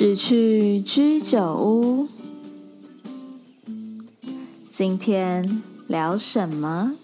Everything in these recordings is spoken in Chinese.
只去居酒屋。今天聊什么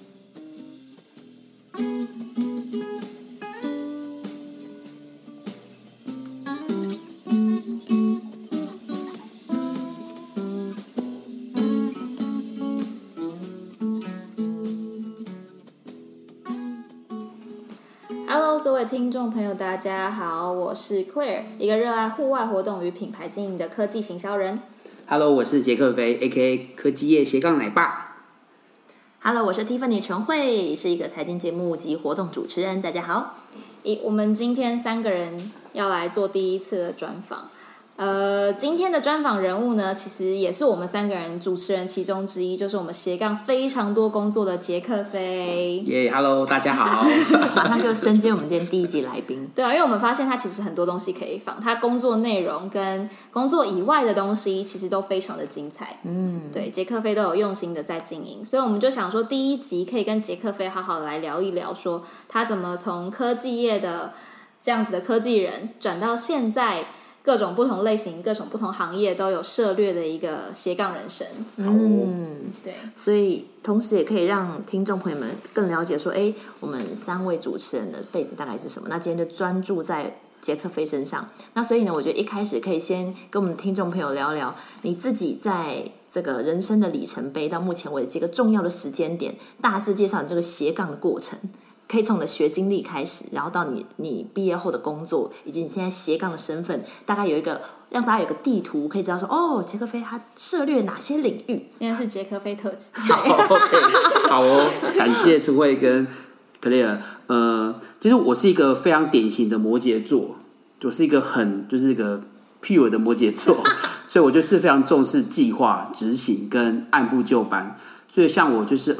？Hello， 各位听众朋友，大家好，我是 Claire， 一个热爱户外活动与品牌经营的科技行销人。 Hello， 我是杰克飞 ，A.K.A 科技业斜杠奶爸。 Hello， 我是 Tiffany 陈慧，是一个财经节目及活动主持人。大家好。 我们今天3个人要来做第一次的专访。今天的专访人物呢，其实也是我们3个人主持人其中之一，就是我们斜杠非常多工作的杰克飞。 Hello， 大家好。 马上就身兼我们今天第一集来宾。 对啊，因为我们发现他其实很多东西可以放，他工作内容跟工作以外的东西其实都非常的精彩。对，杰克飞都有用心的在经营，所以我们就想说第一集可以跟杰克飞好好来聊一聊，说他怎么从科技业的这样子的科技人转到现在各种不同类型、各种不同行业都有涉猎的一个斜杠人生。对， 所以同时也可以让听众朋友们更了解说，我们3位主持人的背景大概是什么。那今天就专注在杰克飞身上。那所以呢，我觉得一开始可以先跟我们听众朋友聊聊你自己在这个人生的里程碑到目前为止这个重要的时间点，大致介绍你这个斜杠的过程。可以从你的学经历开始，然后到你毕业后的工作，以及你现在斜杠的身份，大概有一个让大家有一个地图，可以知道说，杰克飞他涉猎哪些领域。 今天是杰克飞特辑。 好哦，感谢陈慧跟 Claire。其实我是一个非常典型的摩羯座，我是一个就是一个 pure 的摩羯座，所以我就是非常重视计划、执行跟按部就班。所以像我就是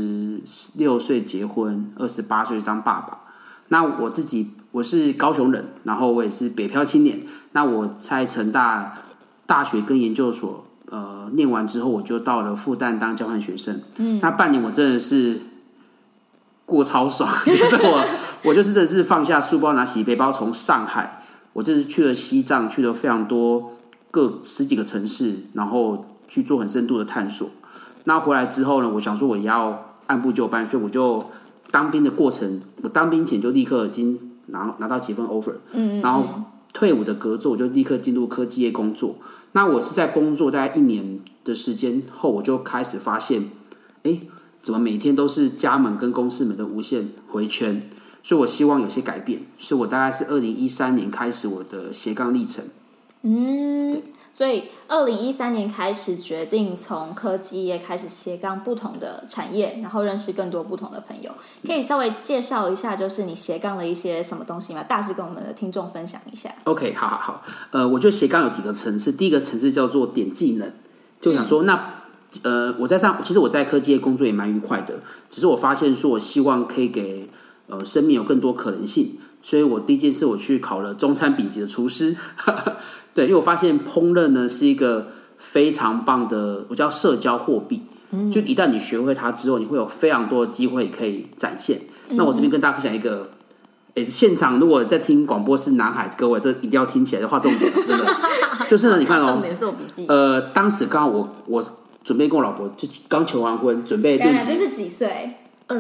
26岁结婚，28岁当爸爸。那我是高雄人，然后我也是北漂青年。那我在成大大学跟研究所念完之后，我就到了复旦当交换学生。那半年我真的是过超爽，就是我就是真的是放下书包，拿起背包，从上海，我就是去了西藏，去了非常多10几个城市，然后去做很深度的探索。那回来之后呢，我想说我也要按部就班，所以我就当兵的过程，我当兵前就立刻已经拿到几份 offer，然后退伍的隔周我就立刻进入科技业工作。那我是在工作大概1年的时间后，我就开始发现，怎么每天都是家门跟公司门的无限回圈，所以我希望有些改变，所以我大概是2013年开始我的斜杠历程。 所以2013年开始决定从科技业开始斜杠不同的产业，然后认识更多不同的朋友。可以稍微介绍一下，就是你斜杠了一些什么东西吗？大致跟我们的听众分享一下。 OK， 好。我觉得斜杠有几个层次，第一个层次叫做点技能，就想说其实我在科技业工作也蛮愉快的，只是我发现说我希望可以给生命有更多可能性，所以我第一件事我去考了中餐丙级的厨师。对，因为我发现烹饪呢是一个非常棒的，我叫社交货币。就一旦你学会它之后，你会有非常多的机会可以展现。那我这边跟大家分享一个，现场如果在听广播是男孩子各位，这一定要听起来的话，重点真的就是呢，你看重点做笔记。 当时刚好我准备跟我老婆就刚求完婚，准备论及。 这是几岁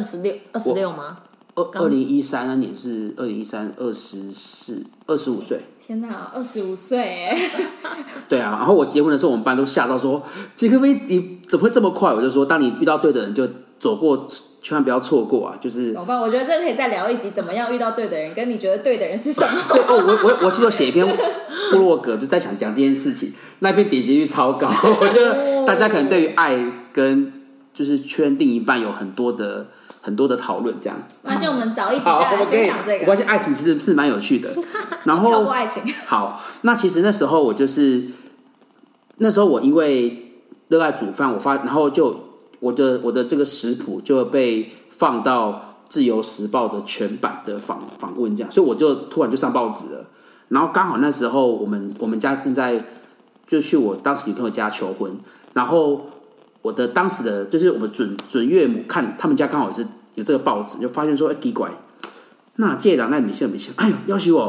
？26吗 ？2013那年是25岁。 天哪，25岁哎！ 对啊，然后我结婚的时候，我们班都吓到说：“杰克飞，你怎么会这么快？”我就说：“当你遇到对的人，就走过，千万不要错过啊！”就是怎么办？我觉得这可以再聊一集，怎么样遇到对的人，跟你觉得对的人是什么？ 对我其实有写一篇部落格，就在讲这件事情，那篇点击率超高。我觉得大家可能对于爱跟就是确认另一半有很多的讨论，这样。 而且我们找一集再来分享这个。 我发现爱情其实是蛮有趣的。然后跳过爱情。 好，那其实那时候我因为热爱煮饭，然后就我的这个食谱就被放到《自由时报》的全版的访问，这样，所以我就突然就上报纸了。然后刚好那时候我们家正在就去我当时女朋友家求婚，然后我的当时的就是我们准岳母看他们家刚好是有这个报纸，就发现说奇怪，那这人那不像，哎呦，要求我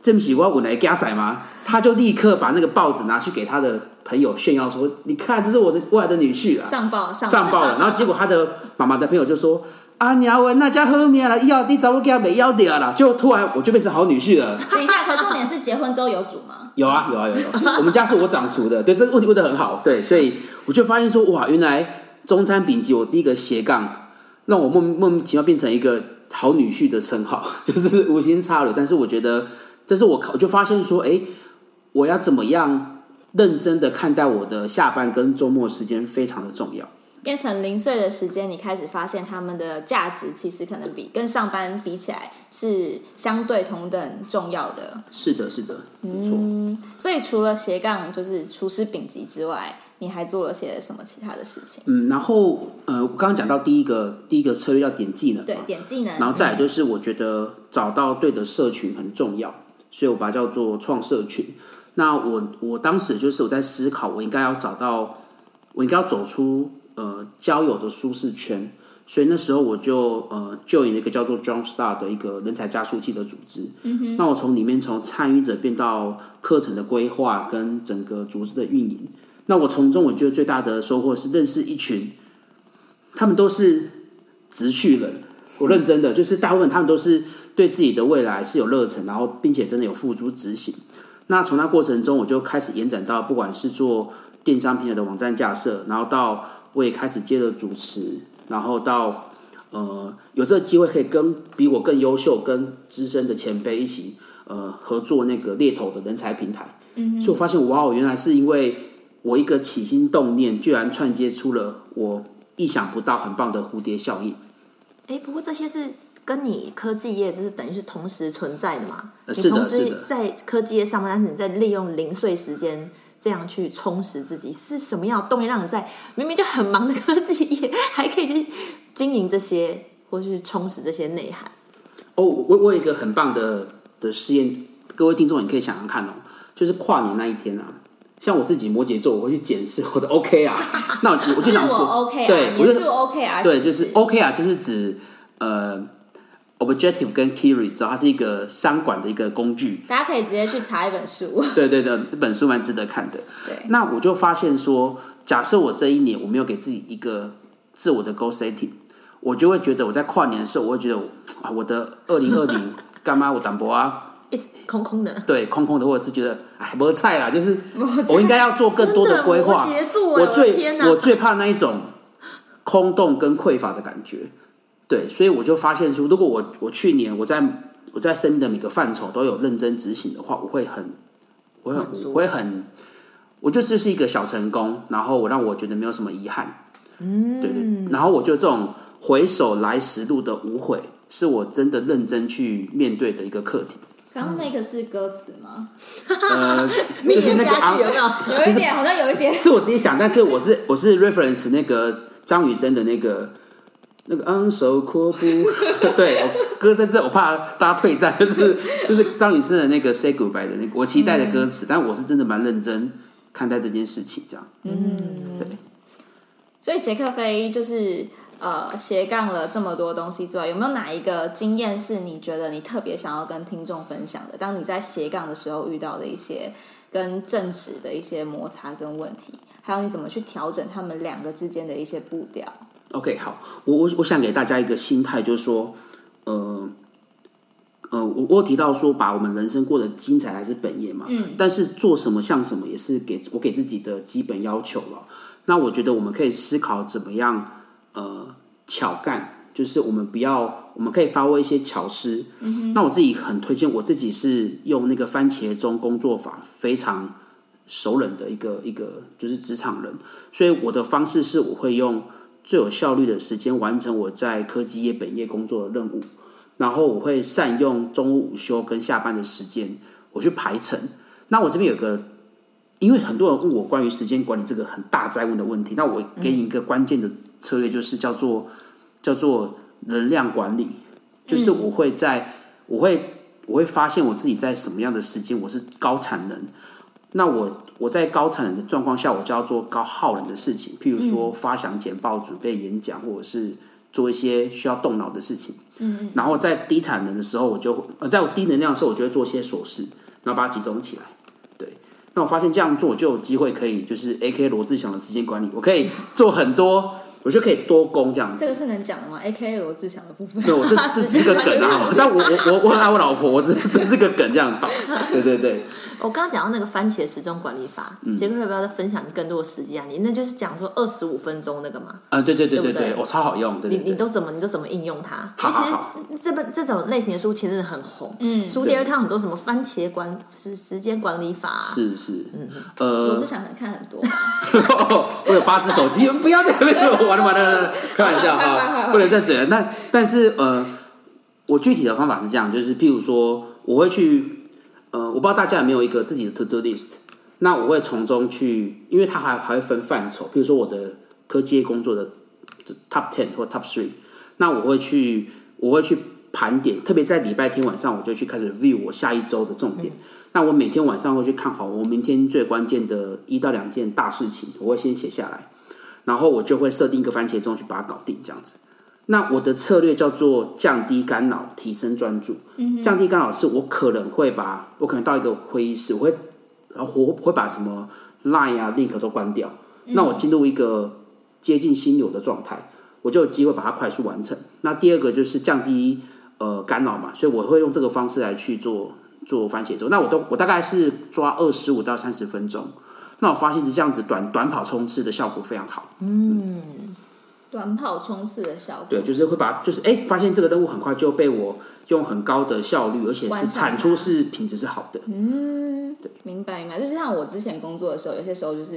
这不是我稳来加塞吗？他就立刻把那个报纸拿去给他的朋友炫耀说：“你看，这是我的未来的女婿啊！”上报了。然后结果他的妈妈的朋友就说：“啊，娘喂，那家好命了，要你怎么给他没要掉了？”就突然我就变成好女婿了。 等一下，可重点是结婚之后有煮吗？ 有啊。我们家是我长熟的，对这个问题问得很好，对，所以我就发现说，哇，原来中餐丙级我第一个斜杠，让我莫名其妙变成一个好女婿的称号，就是无心插柳。但是我觉得，这是我就发现说，我要怎么样认真的看待我的下班跟周末时间，非常的重要。 变成零碎的时间，你开始发现他们的价值其实可能跟上班比起来是相对同等重要的。 是的，没错。 所以除了斜杠就是厨师丙级之外，你还做了些什么其他的事情？ 然后我刚刚讲到第一个策略叫点技能， 对，点技能。 然后再来就是我觉得找到对的社群很重要，所以我把它叫做创社群。那我当时就是我在思考，我应该要走出交友的舒适圈，所以那时候我就join了一个叫做 Jumpstart 的一个人才加速器的组织。那我从里面从参与者变到课程的规划跟整个组织的运营。那我从中我觉得最大的收获是认识一群，他们都是直绪人，我认真的就是大部分他们都是对自己的未来是有热忱，然后并且真的有付诸执行。那从那过程中，我就开始延展到不管是做电商平台的网站架设，然后到我也开始接了主持，然后到有这个机会可以跟比我更优秀、跟资深的前辈一起合作那个猎头的人才平台。所以我发现哇，原来是因为我一个起心动念，居然串接出了我意想不到很棒的蝴蝶效应。 不过这些是跟你科技业就是等于是同时存在的嘛？ 是的， 你同时在科技业上班，但是你在利用零碎时间这样去充实自己，是什么样的动力让你在明明就很忙的科技业，还可以去经营这些，或是充实这些内涵？ 我有一个很棒的试验，各位听众你可以想想看就是跨年那一天啊。像我自己摩羯座，我会去检视我的 OKR， 那我就想说， 自我 OKR， 对， 年度 OKR， 对，就是 OKR， 就是指objective 跟 key result， 它是一个商管的一个工具， 大家可以直接去查一本书。 对，这本书蛮值得看的。 对， 那我就发现说，假设我这一年我没有给自己一个自我的 goal setting， 我就会觉得我在跨年的时候，我会觉得我的2020干嘛我淡薄啊。 空空的， 对，空空的，或者是觉得没菜啦，就是我应该要做更多的规划。我最怕那一种空洞跟匮乏的感觉。对，所以我就发现说，如果我去年我在生命的每个范畴都有认真执行的话，我就是一个小成功，然后让我觉得没有什么遗憾。对，然后我觉得这种回首来时路的无悔，是我真的认真去面对的一个课题。 刚刚那个是歌词吗？ 就是那个有一点，好像有一点， 是我自己想，但是我是 reference 那个张雨生的那个昂首阔步，对，歌声我怕大家退战，就是张雨生的那个 Say Goodbye 的那个，我期待的歌词，但我是真的蛮认真看待这件事情，这样，对。 所以杰克飞就是斜杠了这么多东西之外，有没有哪一个经验是你觉得你特别想要跟听众分享的？当你在斜杠的时候遇到的一些跟正职的一些摩擦跟问题，还有你怎么去调整他们两个之间的一些步调 ？OK， 好，我想给大家一个心态，就是说，我有提到说，把我们人生过得精彩还是本业嘛，但是做什么像什么也是我给自己的基本要求了。那我觉得我们可以思考怎么样。巧干就是我们可以发挥一些巧思。那我自己很推荐，我自己是用那个番茄钟工作法非常熟稔的一个就是职场人，所以我的方式是我会用最有效率的时间完成我在科技业本业工作的任务，然后我会善用中午午休跟下班的时间，我去排程。那我这边有个，因为很多人问我关于时间管理这个很大哉问的问题，那我给你一个关键的策略，就是叫做能量管理，就是我会发现我自己在什么样的时间我是高产能，那我在高产能的状况下，我就要做高耗能的事情，譬如说发想简报、准备演讲，或者是做一些需要动脑的事情。然后在低产能的时候，在我低能量的时候，我就会做一些琐事，然后把它集中起来。对，那我发现这样做就有机会可以就是 AK 罗志祥的时间管理，我可以做很多。我就可以多攻这样子， 这个是能讲的吗 ？AKA 罗志祥的部分， 对，我这是个梗啊，但我很爱我老婆，这是个梗这样。好，对。 我刚刚讲到那个番茄时钟管理法，杰克要不要再分享更多的实际案例？那就是讲说25分钟那个嘛。 对，我超好用。对， 你都怎么应用它？ 好。 其实这种类型的书其实真的很红，书店会看很多什么番茄时间管理法啊。 是， 罗志祥可能看很多。 我有8只手机，不要在那边完了，开玩笑哈，不能再嘴了。但是我具体的方法是这样，就是譬如说，我会去。我不知道大家有没有一个自己的 to do list， 那我会从中去，因为它还会分范畴，比如说我的科技工作的 top 10或 top 3，那我会去盘点，特别在礼拜天晚上，我就去开始 review 我下一周的重点。那我每天晚上会去看好我明天最关键的1到2件大事情，我会先写下来，然后我就会设定一个番茄钟去把它搞定，这样子。那我的策略叫做降低干扰，提升专注。降低干扰是我可能到一个会议室，我会把什么 Line 啊 Link 都关掉。那我进入一个接近心流的状态，我就有机会把它快速完成。那第二个就是降低干扰嘛，所以我会用这个方式来去做番茄钟。那我大概是抓25到30分钟。那我发现是这样子短跑冲刺的效果非常好。 短跑冲刺的效果， 对，就是会发现这个任务很快就被我用很高的效率，而且是产出是品质是好的。 对，明白。就是像我之前工作的时候，有些时候就是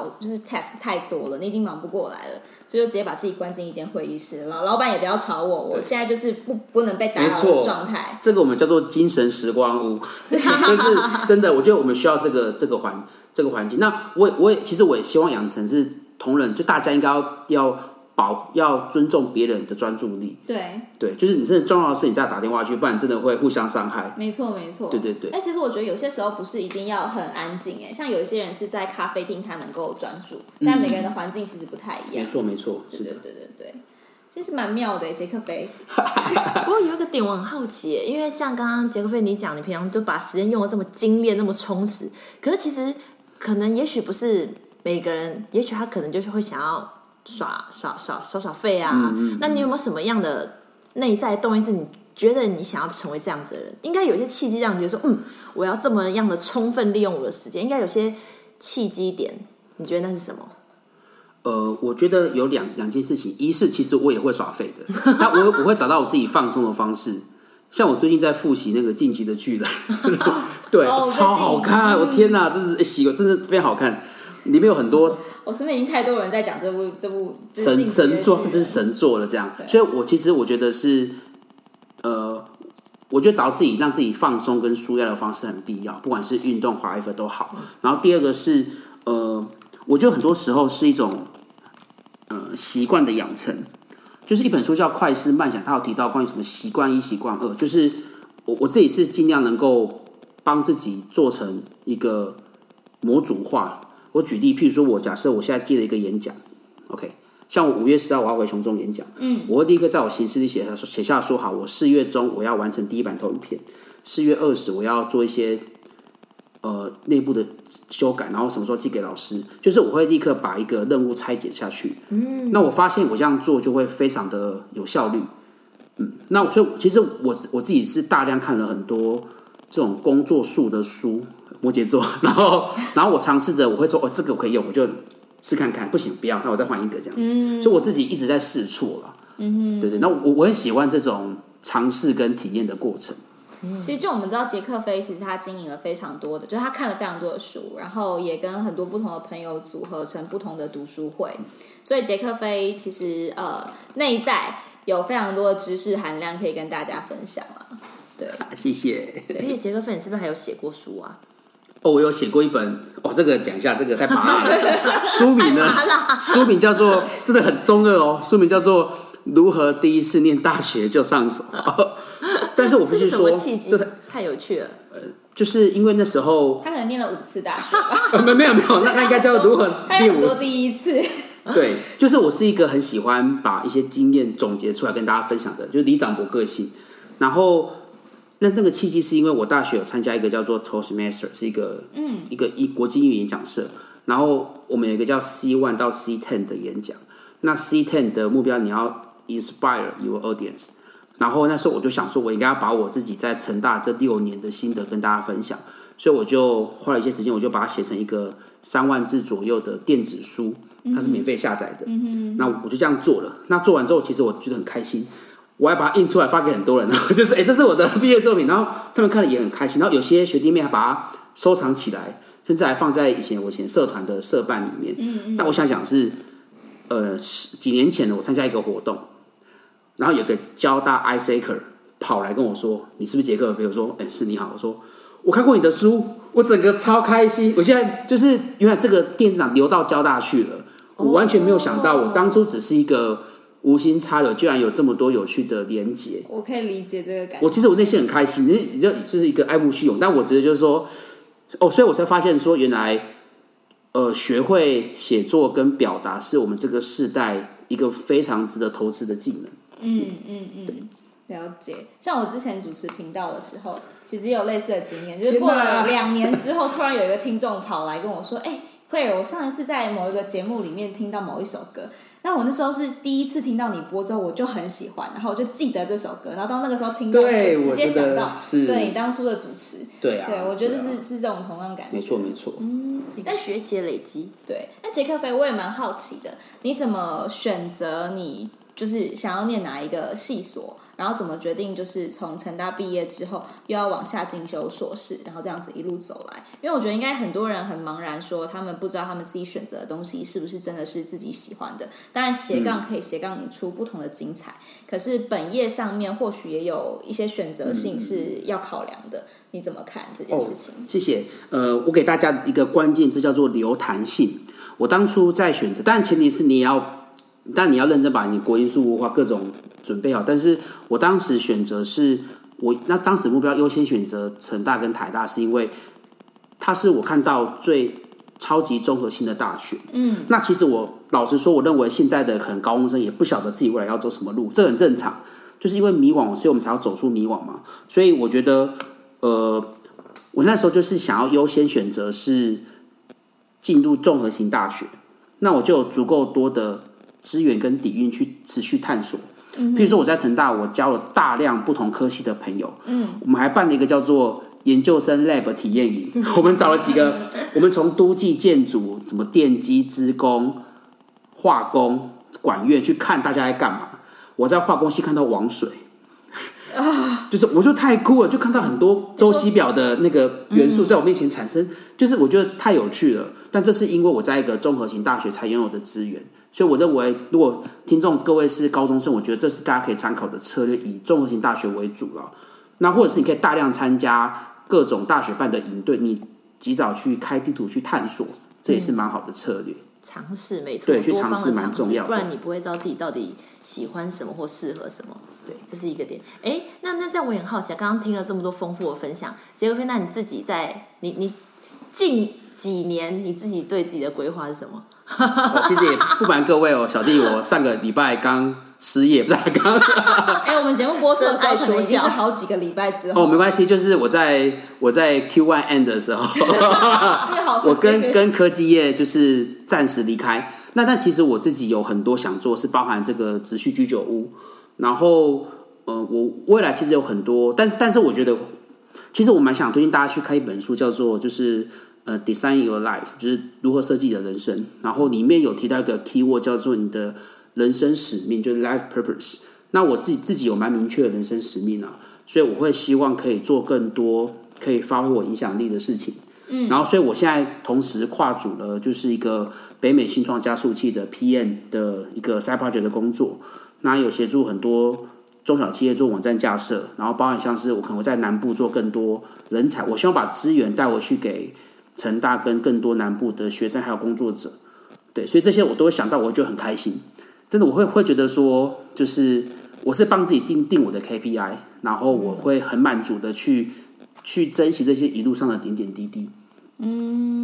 task 太多了，你已经忙不过来了，所以就直接把自己关进一间会议室，老板也不要吵我，我现在就是不能被打扰的状态。 这个我们叫做精神时光屋，就是真的，我觉得我们需要这个环境。那其实我也希望养成是同仁，就大家应该要尊重别人的专注力。对，就是你真的重要的事，你再打电话去，不然真的会互相伤害。 没错。 对。 但其实我觉得有些时候不是一定要很安静，像有一些人是在咖啡厅，他能够专注，但每个人的环境其实不太一样。 没错。 对。其实蛮妙的，杰克飞。 不过有一个点我很好奇，因为像刚刚杰克飞你讲，你平常就把时间用得这么精炼、那么充实，可是其实可能也许不是每个人，也许他可能就是会想要耍废啊。那你有没有什么样的内在动力是你觉得你想要成为这样子的人？应该有一些契机让你觉得说，我要这么样的充分利用我的时间，应该有些契机点，你觉得那是什么？ 我觉得有两件事情，一是其实我也会耍废的，但我会找到我自己放松的方式。像我最近在复习那个《进击的巨人》，对，超好看！我天哪，真的非常好看。里面有很多， 我身边已经太多人在讲这部神作，这是神作了这样。所以我觉得是，我觉得找到让自己放松跟舒压的方式很必要，不管是运动、whatever 都好。然后第二个是，我觉得很多时候是一种习惯的养成，就是一本书叫《快思慢想》，它有提到关于什么习惯1、习惯2，就是我自己是尽量能够帮自己做成一个模组化。我举例，譬如说假设我现在接了一个演讲 ，OK， 像我5月10号我要回雄中演讲，我会立刻在我行事历写下说好，我4月中我要完成第一版投影片，4月20我要做一些内部的修改，然后什么时候寄给老师，就是我会立刻把一个任务拆解下去。那我发现我这样做就会非常的有效率。那所以其实我自己是大量看了很多这种工作术的书，摩羯座，然后我尝试着我会说这个我可以用，我就试看看，不行不要，那我再换一个这样子。所以我自己一直在试错了。对，那我很喜欢这种尝试跟体验的过程。 其实就我们知道杰克飞其实他经营了非常多的，就是他看了非常多的书，然后也跟很多不同的朋友组合成不同的读书会，所以杰克飞其实内在有非常多的知识含量可以跟大家分享啊。对， 谢谢。 而且杰克飞你是不是还有写过书啊？ 我有写过一本，这个讲一下，这个太麻辣了。书名呢？书名叫做，真的很中二哦。书名叫做《如何第一次念大学就上手》。但是我必须说， 这太有趣了。 就是因为那时候他可能念了5次大学吧。 没有，那应该叫如何他有很多第一次。 对，就是我是一个很喜欢把一些经验总结出来跟大家分享的，就是里长伯个性。然后那个契机是因为我大学有参加一个叫做 Toastmaster， 是一个国际英语演讲社，然后我们有一个叫 C1 到 C10 的演讲。那 C10 的目标你要 inspire your audience， 然后那时候我就想说，我应该要把我自己在成大这6年的心得跟大家分享，所以我就花了一些时间，我就把它写成一个3万字左右的电子书，它是免费下载的。那我就这样做了。那做完之后，其实我觉得很开心，我还把它印出来发给很多人，然后就是这是我的毕业作品，然后他们看了也很开心。然后有些学弟妹还把它收藏起来，甚至还放在我以前社团的社办里面。那我想讲是。几年前呢，我参加一个活动，然后有个交大 Isaac 跑来跟我说：“你是不是杰克飞？”我说：“是，你好。”我说：“我看过你的书，我整个超开心。我现在就是原来这个电子档流到交大去了，我完全没有想到，我当初只是一个无心插柳，居然有这么多有趣的连结。” 我可以理解这个感觉。 其实我内心很开心，就是一个爱慕虚荣，但我觉得就是说，所以我才发现说，原来。学会写作跟表达是我们这个世代一个非常值得投资的技能。 了解。像我之前主持频道的时候，其实也有类似的经验，就是过了2年之后，突然有一个听众跑来跟我说：“Claire， 我上一次在某一个节目里面听到某一首歌。”那我那时候是第一次听到你播之后，我就很喜欢，然后我就记得这首歌，然后到那个时候听到，就直接想到对你当初的主持。 对啊， 对，我觉得是这种同样感觉。 没错没错。 但学习的累积。 对，那杰克飞我也蛮好奇的，你怎么选择你就是想要念哪一个系所？然后怎么决定就是从成大毕业之后又要往下进修硕士，然后这样子一路走来？因为我觉得应该很多人很茫然，说他们不知道他们自己选择的东西是不是真的是自己喜欢的。当然斜杠可以斜杠出不同的精彩，可是本业上面或许也有一些选择性是要考量的。你怎么看这件事情？ 谢谢。我给大家一个关键字叫做留弹性。我当初在选择，但前提是你要认真把你国英数化各种准备好。但是我当时选择那当时目标优先选择成大跟台大，是因为它是我看到最超级综合性的大学。那其实我老实说，我认为现在的可能高中生也不晓得自己未来要走什么路，这很正常。就是因为迷惘，所以我们才要走出迷惘嘛。所以我觉得，我那时候就是想要优先选择是进入综合型大学，那我就有足够多的资源跟底蕴去持续探索。譬如说我在成大，我交了大量不同科系的朋友。我们还办了一个叫做研究生 lab 体验营。我们找了几个，我们从都计建筑、什么电机、资工、化工、管院去看大家在干嘛。我在化工系看到王水。就是我就太酷了，就看到很多周期表的那个元素在我面前产生，就是我觉得太有趣了。但这是因为我在一个综合型大学才拥有的资源，所以我认为如果听众各位是高中生，我觉得这是大家可以参考的策略，以综合型大学为主了。那或者是你可以大量参加各种大学办的营队，你及早去开地图去探索，这也是蛮好的策略。 尝试没错， 对，去尝试蛮重要的， 不然你不会知道自己到底喜欢什么或适合什么。对，这是一个点。那这样我也很好奇，刚刚听了这么多丰富的分享，杰克飞，那你自己在你近几年你自己对自己的规划是什么？ 其实也不瞒各位小弟，我上个礼拜刚失业，不是刚。 我们节目播出的时候可能已经是好几个礼拜之后。 没关系，就是我在 Q1 end 的时候，我跟科技业就是暂时离开。但其实我自己有很多想做，是包含这个职训居酒屋。然后我未来其实有很多，但是我觉得，其实我蛮想推荐大家去看一本书，叫做就是Design Your Life， 就是如何设计你的人生。然后里面有提到一个 keyword 叫做你的人生使命，就是 life purpose。那我自己有蛮明确的人生使命啊，所以我会希望可以做更多可以发挥我影响力的事情。然后所以我现在同时跨组了就是一个北美新创加速器的 PM 的一个 side project 的工作。那有协助很多中小企业做网站架设，然后包含像是我可能会在南部做更多人才，我希望把资源带回去给成大跟更多南部的学生还有工作者。对，所以这些我都会想到，我会觉得很开心。真的，我会觉得说，就是我是帮自己定我的 KPI， 然后我会很满足的去珍惜这些一路上的点点滴滴。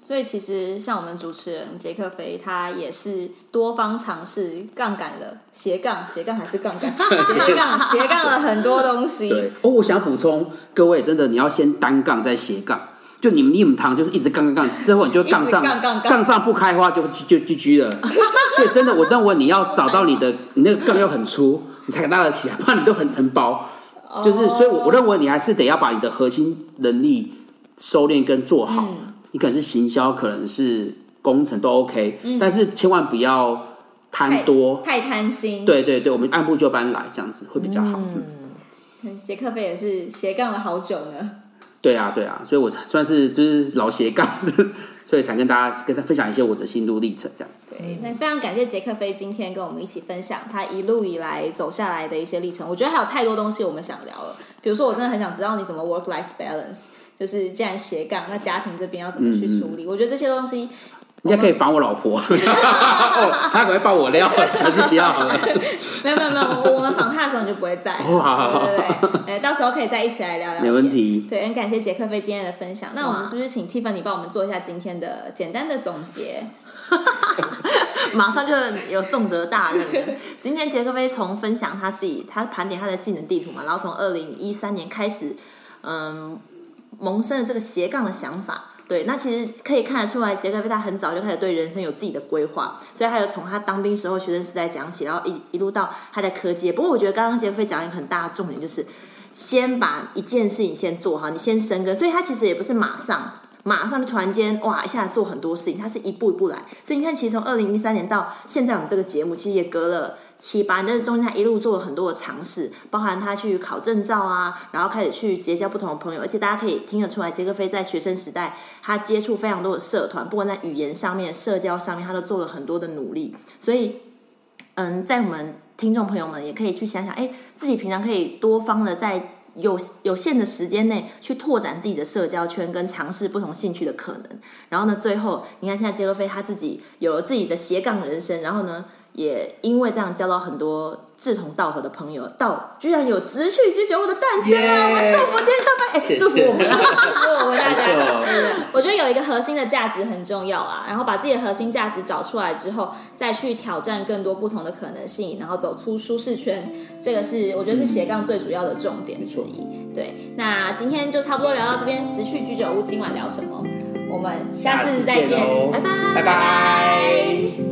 所以其实像我们主持人杰克飞，他也是多方尝试杠杆了斜杠还是杠杆斜杠了很多东西。 对我想补充各位，真的你要先单杠再斜杠，就你们堂就是一直杠，之后你就杠上不开花就 GG 了。所以真的，我认为你要找到你那个杠要很粗，你才拉得起来，不然你都很薄。就是所以我认为你还是得要把你的核心能力收敛跟做好。你可能是行销，可能是工程都 OK，但是千万不要贪多， 太贪心。 对，我们按部就班来，这样子会比较好。 杰克飞也是斜杠了好久呢。 对啊，所以我算是就是老斜杠，所以才跟大家分享一些我的心路历程这样。 对，那非常感谢杰克飞今天跟我们一起分享他一路以来走下来的一些历程。我觉得还有太多东西我们想聊了，比如说我真的很想知道你怎么 work-life balance， 就是既然斜杠，那家庭这边要怎么去处理？我觉得这些东西。 应该可以防我老婆，她可能会爆我料，还是不要好了。 没有，我们访他的时候你就不会在。 好， 对，到时候可以再一起来聊聊天。 没问题。 对，很感谢杰克飞今天的分享。那我们是不是请 Tiffany 帮我们做一下今天的简单的总结？ 马上就有重责大任了。今天杰克飞从分享他盘点他的技能地图嘛，然后从2013年开始，萌生了这个斜杠的想法。对，那其实可以看得出来，杰克飞他很早就开始对人生有自己的规划，所以他有从他当兵时候学生时代讲起，然后一路到他在科技。不过我觉得刚刚杰克飞讲一个很大的重点，就是先把一件事情先做好，你先深耕。所以他其实也不是马上就突然间哇一下子做很多事情，他是一步一步来。所以你看，其实从2013年到现在我们这个节目，其实也隔了7-8年，但是中间他一路做了很多的尝试，包含他去考证照啊，然后开始去结交不同的朋友，而且大家可以听得出来，杰克飞在学生时代他接触非常多的社团，不管在语言上面、社交上面，他都做了很多的努力。所以在我们听众朋友们也可以去想想，自己平常可以多方的在有限的时间内去拓展自己的社交圈，跟尝试不同兴趣的可能。然后呢，最后你看现在杰克飞他自己有了自己的斜杠人生，然后呢也因为这样交到很多志同道合的朋友，居然有职去居酒屋的诞生啊！我们祝福杰克飞，祝福我们， 祝福大家。我觉得有一个核心的价值很重要啊，然后把自己的核心价值找出来之后，再去挑战更多不同的可能性，然后走出舒适圈，这个是我觉得是斜杠最主要的重点之一。对，那今天就差不多聊到这边，职去居酒屋今晚聊什么？我们下次再见，拜拜。